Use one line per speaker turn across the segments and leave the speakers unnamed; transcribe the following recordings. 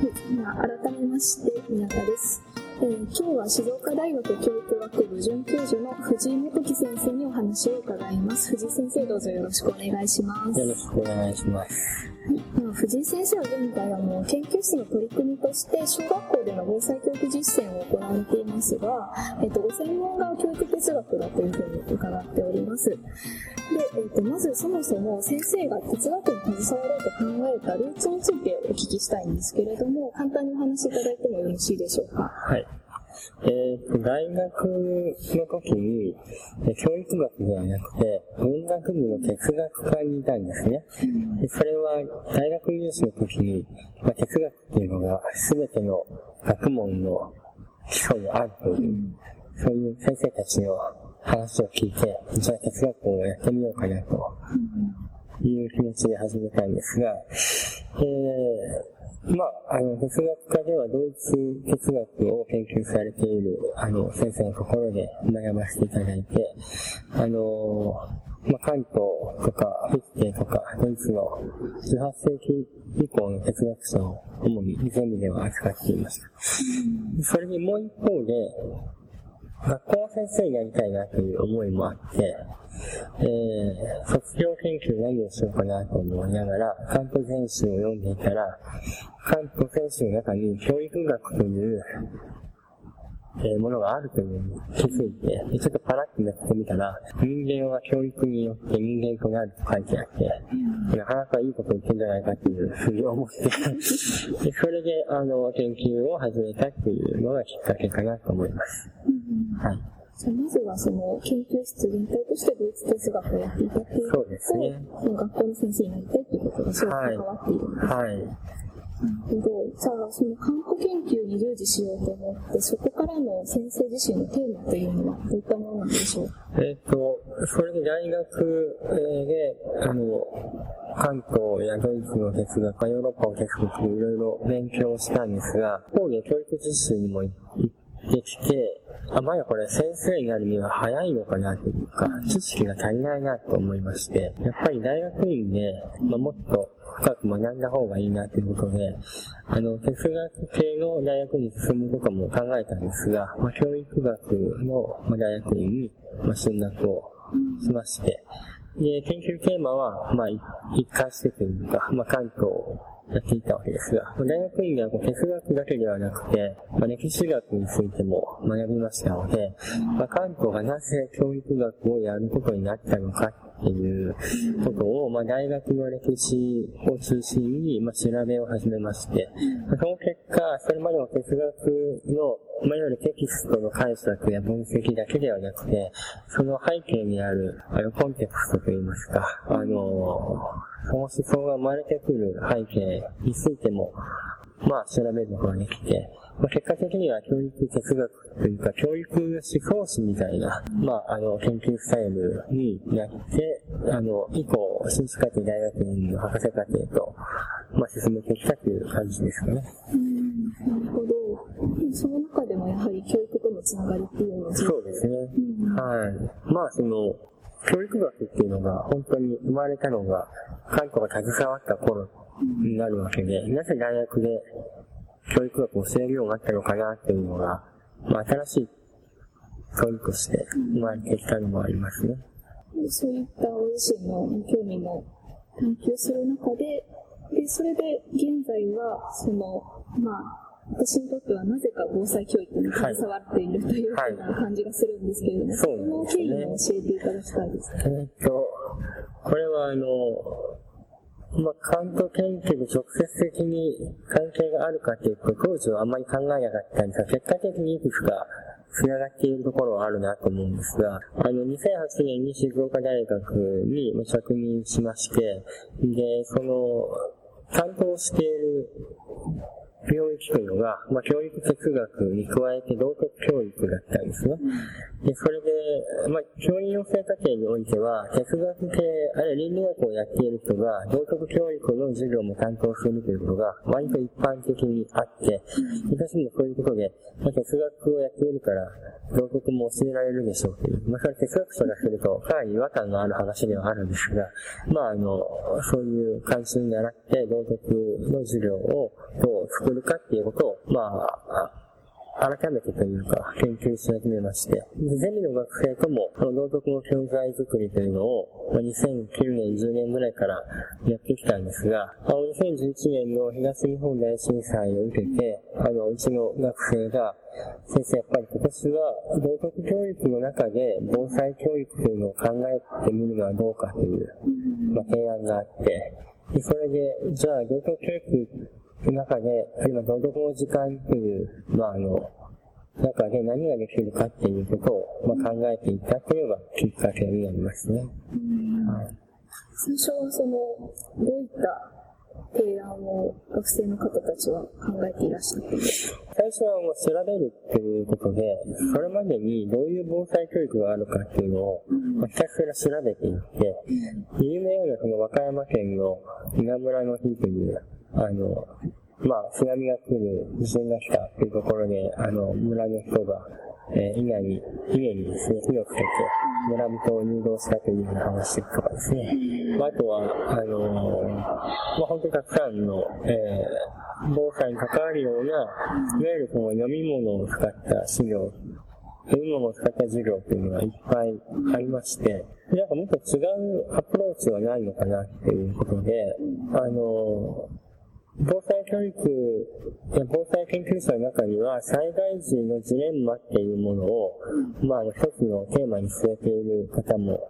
改めまして宮田です。今日は静岡大学教育学部准教授の藤井元樹先生にお話を伺います。藤井先生、どうぞよろしくお願いします。
よろしくお願いします。
藤井先生は現在研究室の取り組みとして小学校での防災教育実践を行われていますが、ご専門が教育哲学だというふうに伺っております。で、まずそもそも先生が哲学に携わろうと考えたルーツについてお聞きしたいんですけれども、簡単にお話しいただいてもよろしいでしょうか。
はい。大学の時に、教育学ではなくて、文学部の哲学科にいたんですね。でそれは大学入試の時に、哲学っていうのが全ての学問の基礎にあるという、そういう先生たちの話を聞いて、じゃあ哲学をやってみようかなという気持ちで始めたんですが、哲学科ではドイツ哲学を研究されている先生のところで学ばせていただいて、カントとかフィッテとかドイツの18世紀以降の哲学者を主にゼミでは扱っていました。それにもう一方で、学校の先生になりたいなという思いもあって、卒業研究何をしようかなと思いながら、カント全集を読んでいたら、カント全集の中に教育学という、ものがあるというのに気づいて、ちょっとパラッとめくってみたら、人間は教育によって人間となると書いてあって、なかなかいいこと言ってんじゃないかというふうに思ってで、それで研究を始めたっていうのがきっかけかなと思います。はい。
じゃあまずはその研究室全体としてドイツ哲学をやっていたっていう
そうですね。
学校の先生になりたいっていうことがすごく関わっているんですね。はい。なるほど。じゃあその看護研究に従事しようと思って、そこからの先生自身のテーマというのはどういったものなんでしょう？
それで大学で、関東やドイツの哲学、ヨーロッパの哲学いろいろ勉強したんですが、一方で教育実習にも行ってきて、まだこれ先生になるには早いのかなというか、知識が足りないなと思いまして、やっぱり大学院で、もっと深く学んだ方がいいなということで、哲学系の大学に進むことも考えたんですが、教育学の大学院に進学をしまして、で、研究テーマは、一貫してというか、関東をやっていたわけですが、大学院では哲学だけではなくて、歴史学についても学びましたので、関東がなぜ教育学をやることになったのかっていうことを、大学の歴史を中心に、調べを始めまして、その結果、それまでの哲学のいわゆるテキストの解釈や分析だけではなくて、その背景にあるコンテクストといいますか、その思想が生まれてくる背景についても、調べることができて、結果的には教育哲学というか、教育思想史みたいな、研究スタイルになって、以降、修士課程大学院の博士課程と、進めてきたという感じですかね。
なるほど。その中でもやはり教育とのつながりっていうのは
そうですね。はい。教育学っていうのが本当に生まれたのが、関東が携わった頃になるわけで、なぜ大学で教育学を教えるようになったのかなっていうのが、新しい教育として生まれてきたのもありますね。
そういったご自身の興味も探求する中で、それで現在は私にとってはなぜか防災教育に携わっているというような感じがするんですけれども、その経緯を教えていただきたいですか。
これはカント研究で直接的に関係があるかというと、当時はあんまり考えなかったんですが、結果的にいくつか繋がっているところはあるなと思うんですが、2008年に静岡大学に着任しまして、で、担当している領域というのが、教育哲学に加えて道徳教育だったんですね。で、それで、教員養成課程においては、哲学系、あるいは倫理学をやっている人が、道徳教育の授業も担当するということが、割と一般的にあって、私もそういうことで、哲学をやっているから、道徳も教えられるでしょうという、それは哲学者がすると、かなり違和感のある話ではあるんですが、そういう関心に習って、道徳の授業をどうを作るかっていうことを、改めてというか、研究し始めまして、ゼミの学生とも、道徳の教材作りというのを、2009年、10年ぐらいからやってきたんですが、2011年の東日本大震災を受けて、うちの学生が、先生、やっぱり今年は道徳教育の中で防災教育というのを考えてみるのはどうかという、提案があって、それで、じゃあ道徳教育の中で、今、道徳の時間という、中で何ができるかっていうことを、考えていったというのがきっかけになりますね。
最初はどういった提案を学生の方たちは考えていらっしゃっていますか？
最初は調べるっていうことで、それまでにどういう防災教育があるかっていうのを、ひたすら調べていって、有名な和歌山県の稲村の日という、津波が来る、地震が来たというところで、村の人が、家にですね、火をつけて、村人を誘導したというような話とかですね。あとは、本当にたくさんの、防災に関わるような、いわゆる読み物を使った資料、読み物を使った授業というのがいっぱいありまして、もっと違うアプローチはないのかなっていうことで、防災教育や防災研究者の中には、災害時のジレンマっていうものを、一つのテーマに据えている方も、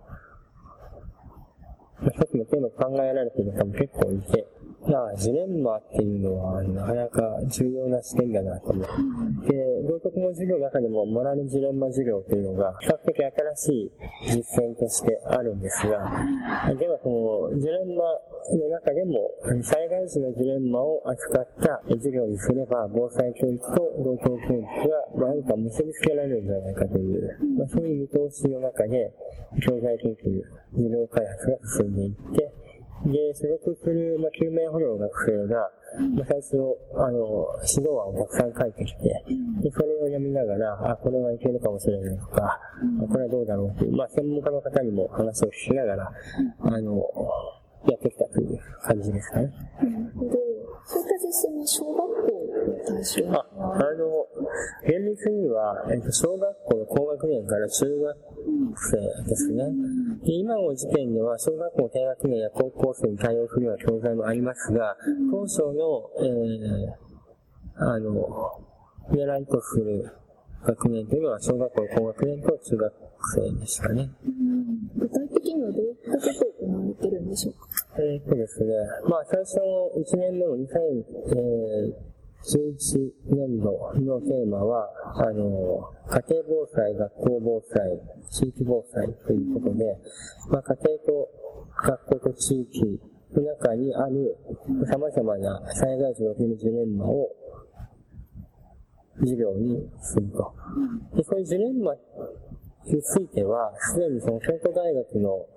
一つのテーマを考えられている方も結構いて、ジレンマっていうのは、なかなか重要な視点だなと思う。で、道徳の授業の中でも、モラルジレンマ授業というのが、比較的新しい実践としてあるんですが、では、ジレンマの中でも、災害時のジレンマを扱った授業にすれば、防災教育と道徳教育が何か結びつけられるんじゃないかという、そういう見通しの中で、教材研究、授業開発が進んでいって、で、所属する、救命捕虜の学生が、最初、指導案をたくさん書いてきて、で、それを読みながら、これはいけるかもしれないとか、これはどうだろうという、専門家の方にも話を聞きながら、やってきたという感じですかね。
そういった実践は小学校の対象には
厳密には、小学校の高学年から中学生ですね。で、今の時点では小学校低学年や高校生に対応するような教材もありますが、当初の、狙いとする学年というのは小学校の高学年と中学生でしたね。
具体的にはどういったことを行われているんでしょうか？
ですね。最初の1年目の2011年度のテーマは、家庭防災、学校防災、地域防災ということで、家庭と学校と地域の中にある様々な災害時の起きるジレンマを授業にすると。で、そういうジレンマについては、すでに京都大学の、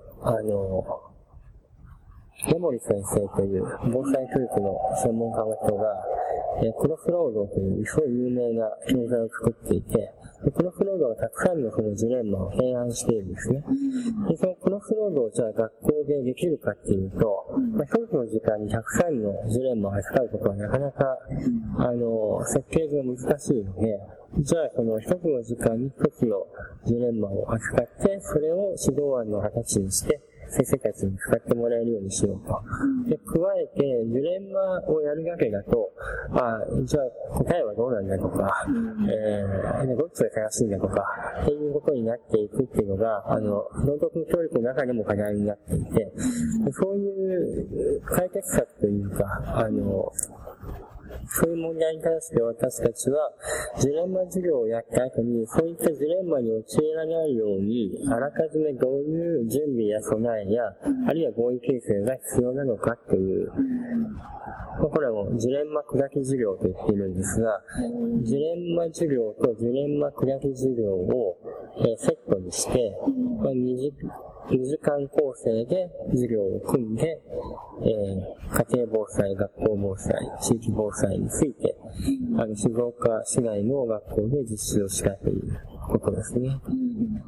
根森先生という防災教育の専門家の人が、クロスロードというすごい有名な教材を作っていて、クロスロードはたくさんのそのジレンマを提案しているんですね。で、そのクロスロードをじゃあ学校でできるかっていうと、一つの時間にたくさんのジレンマを扱うことはなかなか、設計上難しいので、じゃあその一つの時間に一つのジレンマを扱って、それを指導案の形にして、先生たちに使ってもらえるようにしようと。で、加えて、ジレンマをやるだけだと、じゃあ答えはどうなんだとか、どっちが正しいんだとか、っていうことになっていくっていうのが、道徳教育の中でも課題になっていて、そういう解決策というか、そういう問題に対して私たちは、ジレンマ授業をやった後に、そういったジレンマに陥らないように、あらかじめどういう準備や備えや、あるいは合意形成が必要なのかという、これもジレンマ砕き授業と言っているんですが、ジレンマ授業とジレンマ砕き授業をセットにして、2時間構成で授業を組んで、家庭防災、学校防災、地域防災について、静岡市内の学校で実施をしたということですね。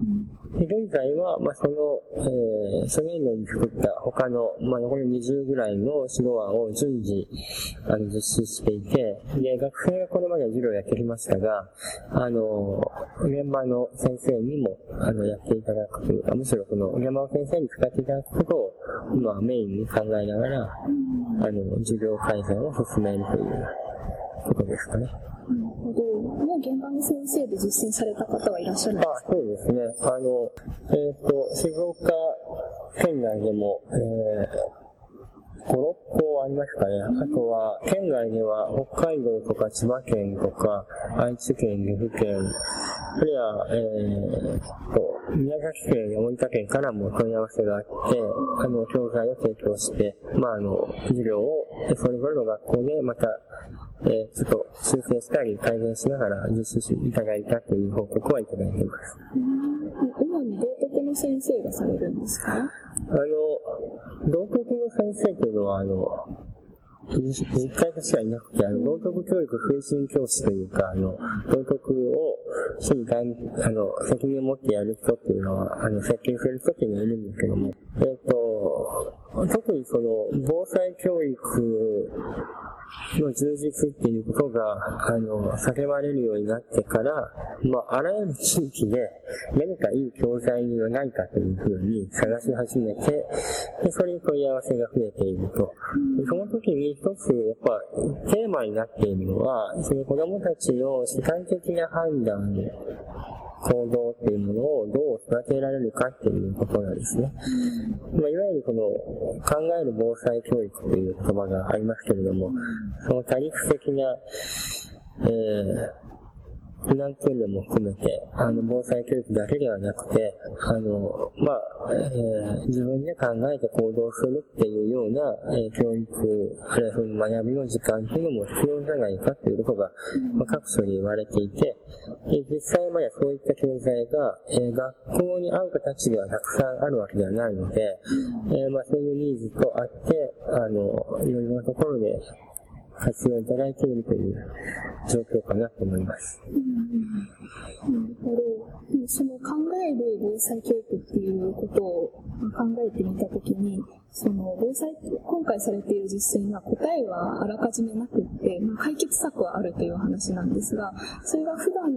現在は、その、初年度に作った他の、残り20ぐらいの指導案を順次、実施していて、で、学生がこれまで授業をやってきましたが、現場の先生にも、やっていただくというか、むしろこの現場の先生に使っていただくことを、今メインに考えながら、授業改善を進めるということですかね。
なるほど。もう現場の先生で実践された方はいらっしゃるんですか？
そうですね。静岡県内でも、5、6校ありますかね。あとは、県外では北海道とか千葉県とか、愛知県、岐阜県、あるいは、宮崎県や大分県からも問い合わせがあって、教材を提供して、授業をそれぞれの学校でまた、ちょっと修正したり改善しながら実施していただいたという報告はいただいています。
主に道徳の先生がされるんですか？
道徳の先生というのは、実回としてはいなくて、道徳教育推進教師というか、道徳を主に責任を持ってやる人っていうのは、設計する人っていうのがいるんですけども、特にその、防災教育の充実っていうことが、叫ばれるようになってから、あらゆる地域で何かいい教材にはないかというふうに探し始めて、で、それに問い合わせが増えていると。でその時に一つ、やっぱ、テーマになっているのは、その子供たちの主体的な判断、行動っていうものをどう育てられるかっていうことなんですね。いわゆるこの考える防災教育という言葉がありますけれども、その多陸的な、避難訓練も含めて、防災教育だけではなくて、自分で考えて行動するっていうような、教育、あるいはその学びの時間っていうのも必要じゃないかということが、各所に言われていて、実際そういった教材が、学校に合う形ではたくさんあるわけではないので、そういうニーズとあって、いろいろなところで、活用いただいているという状況かなと思います。
なるほど。その考える防災教育っていうことを考えてみたときに、その防災、今回されている実践は答えはあらかじめなくって、解決策はあるという話なんですが、それが普段、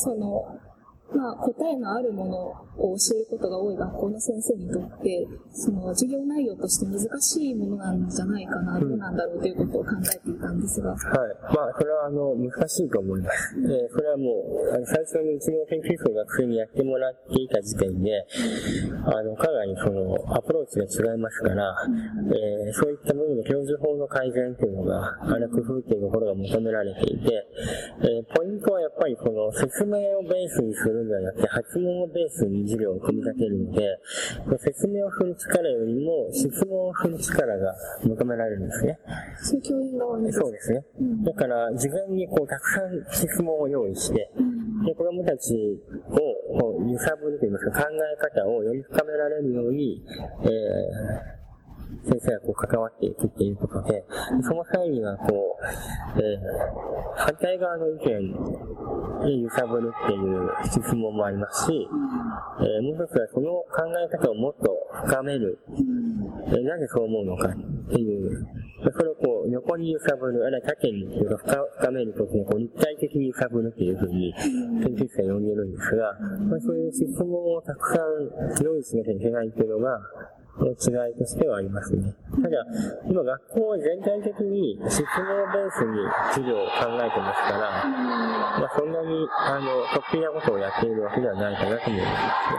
答えのあるものを教えることが多い学校の先生にとって、その授業内容として難しいものなんじゃないかな、どうなんだろうということを考えていたんですが。はい。
それは難しいと思います。それはもう、最初にうちの研究室の学生にやってもらっていた時点で、かなりその、アプローチが違いますから、そういった部分で教授法の改善というのが、工夫というところが求められていて、ポイントはやっぱりその、説明をベースにするんじゃなくて、発問をベースに授業を組み立てるので、説明をする力よりも質問をする力が求められるんですね。
そういう教員側に。
そうですね。だから、事前にたくさん質問を用意して、で、子供たちを揺さぶるといいますか、考え方をより深められるように、先生が関わっていくっていうことで、その際には反対側の意見に揺さぶるっていう質問もありますし、もう一つはその考え方をもっと深める、なぜそう思うのかっていう、それを横に揺さぶる、あるいは縦に深めるときに立体的に揺さぶるっていうふうに研究者が呼んでいるんですが、そういう質問をたくさん用意しなきゃいけないっていうのが、の違いとしてはありますね。ただ、今学校は全体的に質問ベースに授業を考えてますから、そんなに、突飛なことをやっているわけではないかなと思い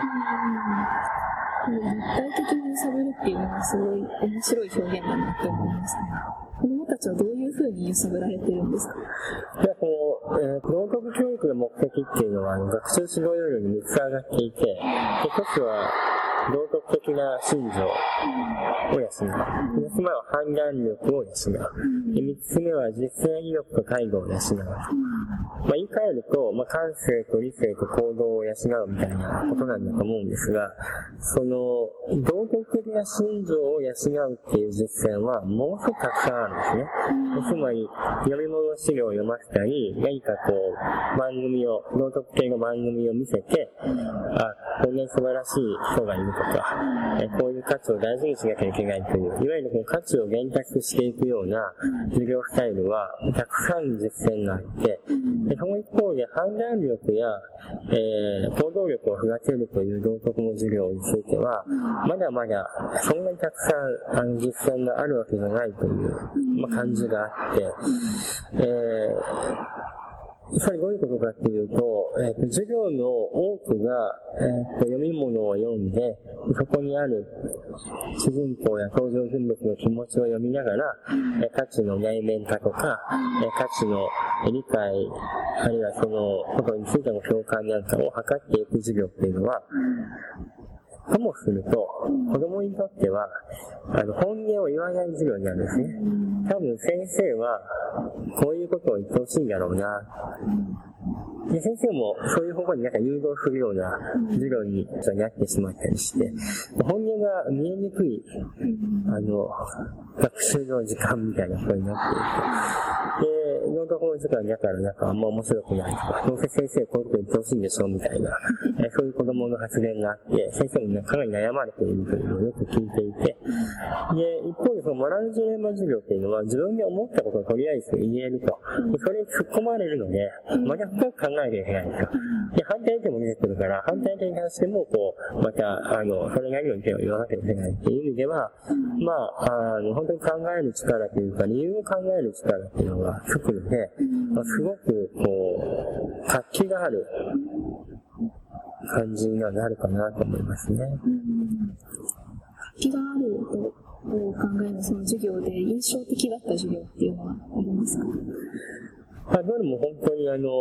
ますね。
立体的に揺さぶるっていうのはすごい面白い表現だなって思いますね。子供たちはどういうふうに揺さぶられてるんですか？
道徳教育の目的っていうのは、学習指導要領に3つ上がっていて、一つは、 道徳的な心情を養う。2つ目は判断力を養う。3つ目は実践意欲と態度を養う。言い換えると、感性と理性と行動を養うみたいなことなんだと思うんですが、その道徳的な心情を養うっていう実践はものすごくたくさんあるんですね。つまり読み物資料を読ませたり、何か番組を、道徳系の番組を見せて、こんなに素晴らしい人がいるとか、こういう価値を大事にしなきゃいけないという、いわゆる価値を厳格していくような授業スタイルはたくさん実践があって、その一方で判断力や、行動力を育てるという道徳の授業については、まだまだそんなにたくさん実践があるわけじゃないという、感じがあって、それどういうことかっていうと、授業の多くが、読み物を読んで、そこにある主人公や登場人物の気持ちを読みながら、価値の内面化とか、価値の理解、あるいはそのことについての共感なんかを図っていく授業っていうのは、ともすると、子供にとっては、本音を言わない授業になるんですね。多分先生は、こういうことを言ってほしいんだろうな。で、先生もそういう方向に誘導するような授業になってしまったりして、本音が見えにくい、学習の時間みたいなことになっていて、で、道徳の時間だからあんま面白くないとか、どうせ先生こういうこと言ってほしいんでしょみたいな、そういう子供の発言があって、先生もかなり悩まれているというのをよく聞いていて、で、一方でそのモラルジレンマ授業っていうのは自分で思ったことをとりあえず言えると。それに突っ込まれるので、また深く考えなきゃいけないんですよ。で、反対意見も出てくるから、反対意見に関しても、また、それなりの意見を言わなきゃいけないっていう意味では、本当に考える力というか、理由を考える力っていうのがつくので、すごく、活気がある感じにはなるかなと思いますね。
活気があるとお考えのその授業で印象的だった授業っていうのはありますか？
どれも本当になん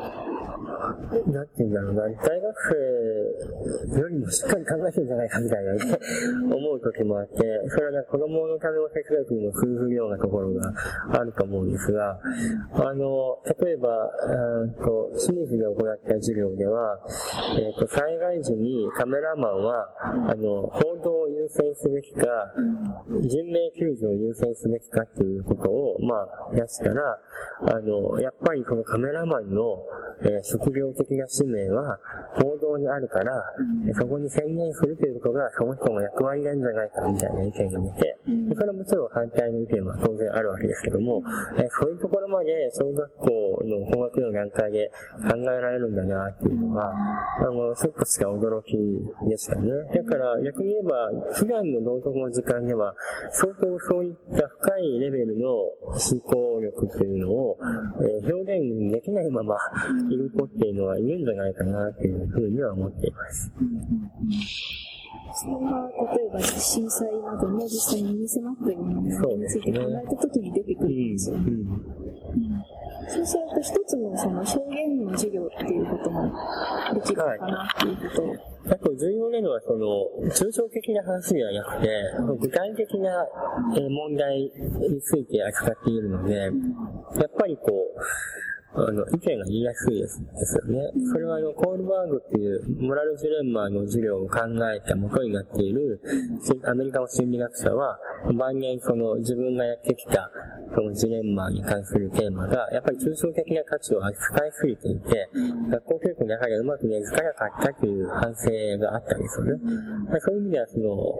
ていうんだろうな、大学生よりもしっかり考えてるんじゃないかみたいなね、思う時もあって、それは子供のための哲学にも通ずるようなところがあると思うんですが、例えば、清水で行った授業では、災害時にカメラマンは、報道を優先すべきか、人命救助を優先すべきかっていうことを、出したら、やっぱりこのカメラマンの、職業的な使命は報道にあるから、そこに専念するということがその人の役割なんじゃないかみたいな意見が出て、それはもちろん反対の意見は当然あるわけですけども、そういうところまで小学校の高学の段階で考えられるんだなっていうのは、ちょっとしか驚きでしたね。だから逆に言えば、普段の道徳の時間では、相当そういった深いレベルの思考力というのを、表現できないままいる子っていうのはいるんじゃないかなっていうふうには思っています。
それが例えば震災などの実際に身に迫ったようなものについて考えたときに出てくるんですよね。そうすると一つのその表現の授業っていうこともできるのかなっていうことを。
あと重要なのは抽象的な話ではなくて、具体的な問題について扱っているので、やっぱり意見が言いやすいですよね。それはコールバーグっていうモラルジレンマの授業を考えた元になっているアメリカの心理学者は、晩年自分がやってきたそのジレンマに関するテーマが、やっぱり抽象的な価値を扱いすぎていて、学校教育の中でうまく根付かなかったという反省があったんですよね。そういう意味では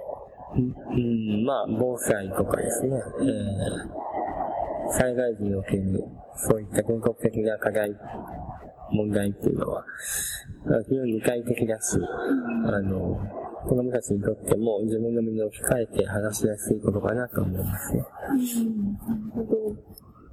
防災とかですね、災害時におけるそういった全国的な課題、問題っていうのは、非常に具体的だし、子供たちにとっても自分の身に置き換えて話しやすいことかなと思いますね。
なるほど。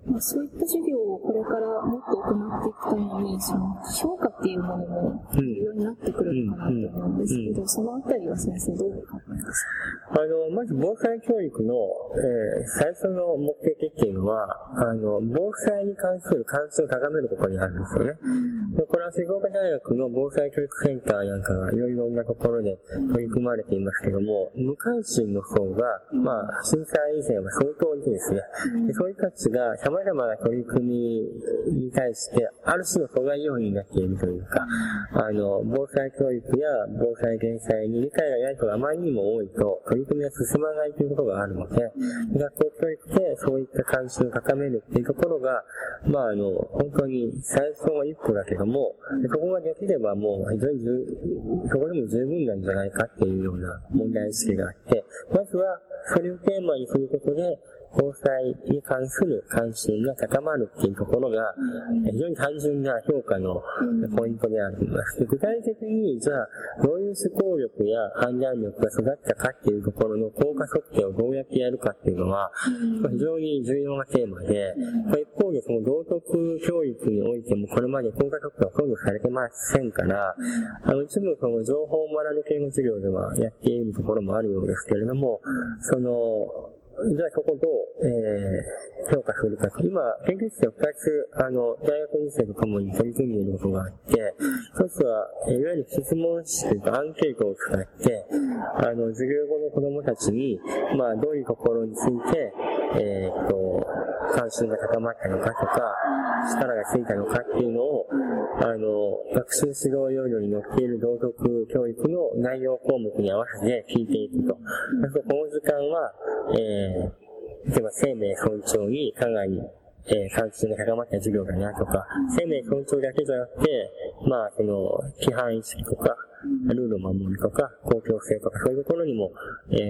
そういった授業をこれからもっと行っていくために、その評価っていうものも重要になってくるのかなと思うんですけど、そのあたりは先生どう考えますか？
まず防災教育の、最初の目的っていうのは、防災に関する関心を高めることにあるんですよね。これは静岡大学の防災教育センターなんかがいろいろなところで取り組まれていますけども、無関心の層が、震災以前は相当いてですね、そういう人たちが様々な取り組みに対して、ある種の阻害要因になっているというか、防災教育や防災減災に理解がない人があまりにも多いと、取り組みが進まないということがあるので、学校教育でそういった関心を高めるっていうところが、本当に最初の一歩だけども、そこができればもう非常にそこでも十分なんじゃないかっていうような問題意識があって、まずはそれをテーマにすることで、防災に関する関心が高まるっていうところが、非常に単純な評価のポイントであります。具体的に、じゃあ、どういう思考力や判断力が育ったかっていうところの効果測定をどうやってやるかっていうのは、非常に重要なテーマで、一方でその道徳教育においてもこれまで効果測定はほとんどされてませんから、一部その情報学び系の授業ではやっているところもあるようですけれども、じゃあそこをどう、評価するか。今、研究室で2つ、大学院生とともに取り組んでいることがあって、一つは、いわゆる質問紙というかアンケートを使って、授業後の子供たちに、どういうところについて、関心が高まったのかとか、力がついたのかっていうのを、学習指導要領に載っている道徳教育の内容項目に合わせて聞いていくと。この時間は、例えば生命尊重にかなり、関心が高まった授業だなとか、生命尊重だけじゃなくて、規範意識とか、ルールを守るとか、公共性とか、そういうところにも、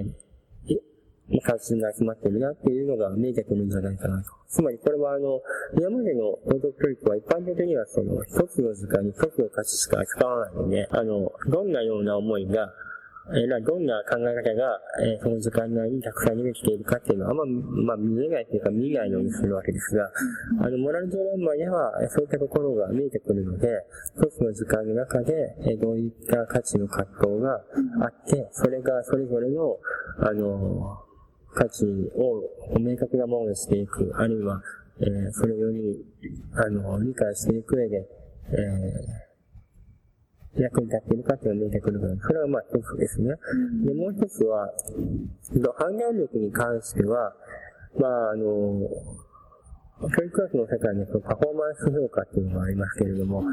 関心が集まってるなっていうのが見えてくるんじゃないかなと。つまりこれは今までの道徳教育は一般的には一つの時間に一つの価値しか扱わないので、どんなような思いが、どんな考え方が、その時間内にたくさん出てきているかっていうのは見えないというか見ないようにするわけですが、モラルジレンマではそういったところが見えてくるので、一つの時間の中で、どういった価値の葛藤があって、それがそれぞれの、価値を明確なものにしていく、あるいは、それをより、理解していく上で、役に立っているかっていうのが見えてくるから、それは一つですね。で、もう一つは、判断力に関しては、教育学の世界にパフォーマンス評価っていうのがありますけれども、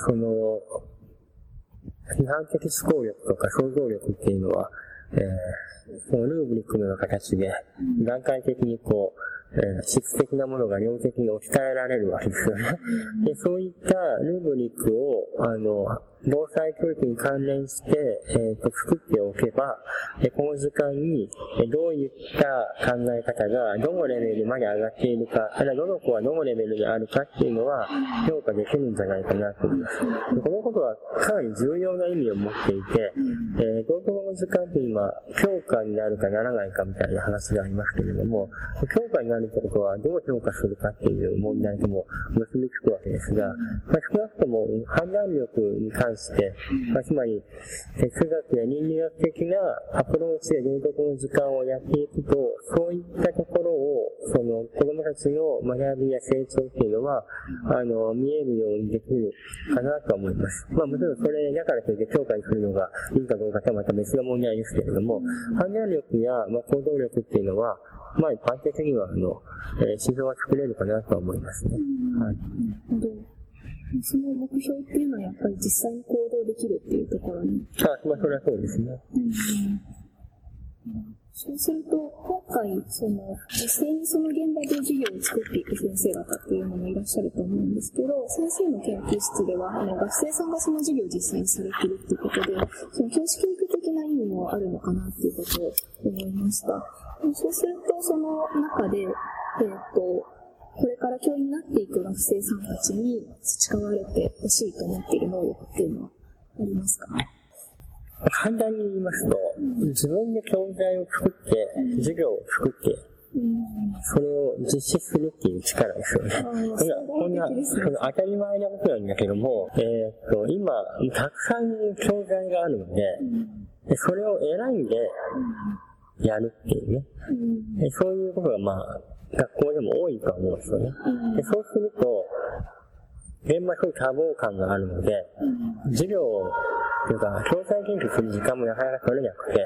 批判的思考力とか想像力っていうのは、そのルーブリックのような形で、段階的に質的なものが量的に置き換えられるわけですよね。で、そういったルーブリックを、防災教育に関連して、作っておけば、この時間に、どういった考え方がどのレベルまで上がっているか、あるいはどの子はどのレベルであるかっていうのは評価できるんじゃないかなと思います。このことはかなり重要な意味を持っていて、道徳の時間って今、評価になるかならないかみたいな話がありますけれども、評価になるってことはどう評価するかっていう問題とも結びつくわけですが、少なくとも判断力に関して、つまり哲学や倫理学的なアプローチで道徳の時間をやっていくと、そういったところを子供たちの学びや成長っていうのは見えるようにできるかなと思います。もちろんそれだからといって評価にするのがいいかどうかとはまた別の問題ですけれども、判断力や行動力っていうのは一般的には指標は作れるかなとは思いますね。はい。
その目標っていうのはやっぱり実際に行動できるっていうところに。
それはそうですね。
そうすると、今回、実際にその現場で授業を作っていく先生方っていうのもいらっしゃると思うんですけど、先生の研究室では、学生さんがその授業を実際にされているっていうことで、その教師教育的な意味もあるのかなっていうことを思いました。そうすると、その中で、これから教員になっていく学生さんたちに培われてほしいと思っている能力っていうのはありますか？
簡単に言いますと、自分で教材を作って、授業を作って、 それを実施するっていう力ですよね。こんな、当たり前なことなんだけども、今、たくさん教材があるので、それを選んでやるっていうね。そういうことが学校でも多いと思うんですよね。でそうすると、現場そういう多忙感があるので、授業というか、教材研究する時間もなかなか取れなくて、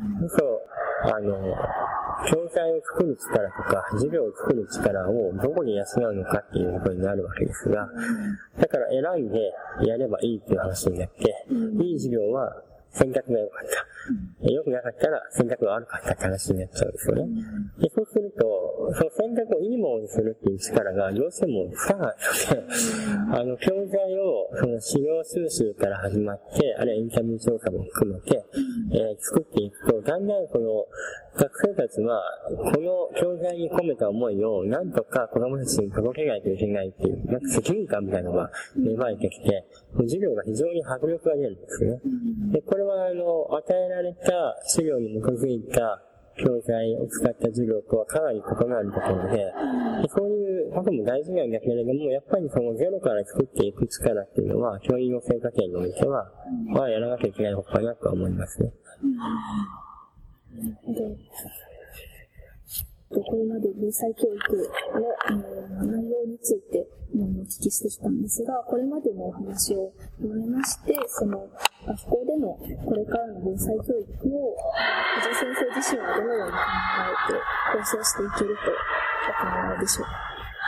教材を作る力とか、授業を作る力をどこに養うのかっていうことになるわけですが、だから選んでやればいいっていう話になって、いい授業は選択が良かった。良くなかったら選択が悪かったって話になっちゃうんですよね。でそうすると、その選択をいいものにするっていう力がどうしても不可能で、教材をその資料収集から始まって、あるいはインタビュー調査も含めて、作っていくと、だんだんこの学生たちは、この教材に込めた思いをなんとか子供たちに届けないといけないっていう、責任感みたいなのが芽生えてきて、授業が非常に迫力が出るんですね。で、これは与えられた資料に基づいた教材を使った授業とはかなり異なるところで、そういうことも大事なんだけれども、やっぱりそのゼロから作っていく力っていうのは、教員養成課程においては、やらなきゃいけないことかなとは思いますね。
なるほど。これまで防災教育の内容についてお聞きしてきたんですが、これまでのお話を踏まえまして、その学校でのこれからの防災教育を藤井先生自身はどのように考えて構想していけるとお考えでしょうか。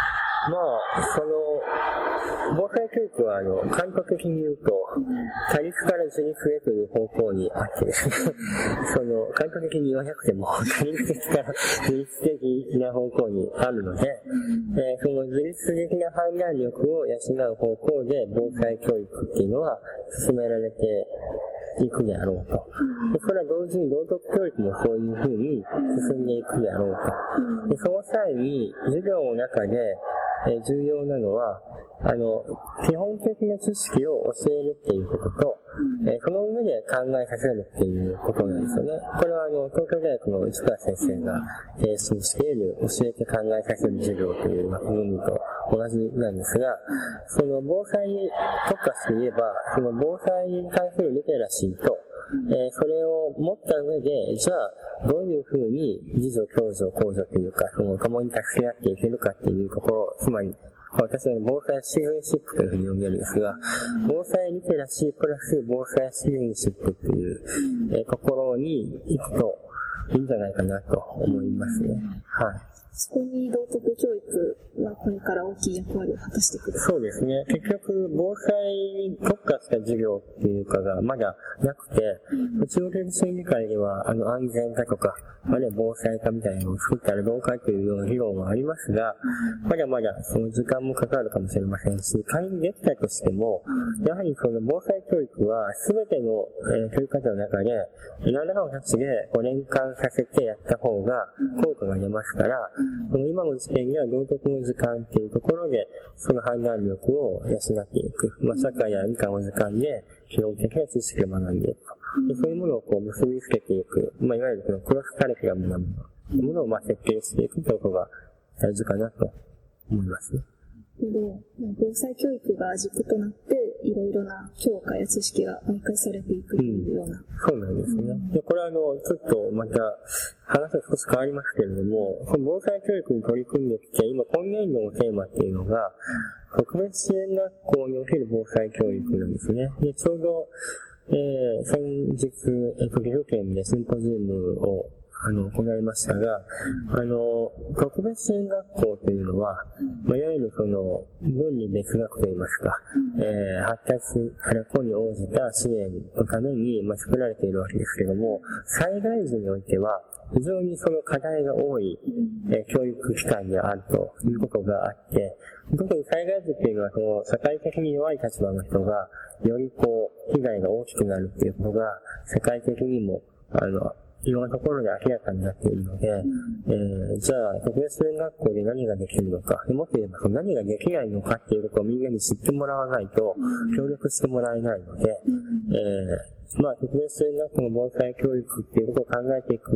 防災教育は、感覚的に言うと、他立から自立へという方向にあってですね、感覚的に言わなくても、他立的から自律的な方向にあるので、その自律的な判断力を養う方向で防災教育っていうのは進められていくであろうと。でそれは同時に道徳教育もそういうふうに進んでいくであろうと。でその際に、授業の中で、重要なのは、基本的な知識を教えるっていうことと、その上で考えさせるっていうことなんですよね。これは東京大学の市川先生が提出している教えて考えさせる授業という枠組みと同じなんですが、その防災に特化して言えば、その防災に関するリテラシーと、それを持った上で、じゃあ、どういうふうに自助共助公助というか、共に助け合っていけるかっていうところ、つまり、私は防災シティズンシップというふうに呼んでるんですが、防災リテラシープラス防災シティズンシップという、ところに行くといいんじゃないかなと思いますね。はい。
そこに道徳教育はこれから大きい役割を果たしてくる。
そうですね。結局、防災に特化した授業っていうかがまだなくて、中学生理会では安全化とか、あるいは防災化みたいなのを作ったらどうかというような議論はありますが、まだまだその時間もかかるかもしれませんし、仮にできたとしても、やはりその防災教育は全ての教育課程の中で、何らかの形で連関させてやった方が効果が出ますから、今の時点では道徳の時間っていうところで、その判断力を養っていく。社会や理科の時間で、基本的な知識を学んでいく。でそういうものを結びつけていく。いわゆるクロスカリキュラムなものを設計していくということが大事かなと思いますね。
防災教育が軸となって、いろいろな教科や知識が媒介されていくというような。
そうなんですね。でこれはちょっとまた話が少し変わりますけれども、その防災教育に取り組んできて、今今年度のテーマっていうのが、特別支援学校における防災教育なんですね。でちょうど、先日、岐阜県でシンポジウムを行いましたが、特別支援学校というのは、いわゆる分離別学といいますか、発達、子に応じた支援のために、作られているわけですけども、災害時においては、非常に課題が多い、教育機関であるということがあって、特に災害時っていうのは、社会的に弱い立場の人が、より被害が大きくなるっていうことが、世界的にも、いろんなところで明らかになっているので、じゃあ、特別支援学校で何ができるのか、もっと言えば何ができないのかっていうことをみんなに知ってもらわないと、協力してもらえないので、特別支援学校の防災教育っていうことを考えていく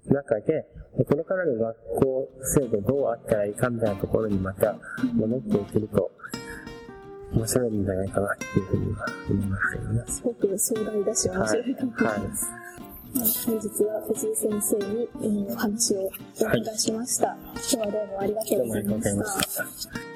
中で、これからの学校制度どうあったらいいかみたいなところにまた戻っていけると面白いんじゃないかなっていうふうには思いますよね。
すごく壮大だし面白いと思います。本日は藤井先生にお話をお伺いしました。今日はどうもありがとうございました。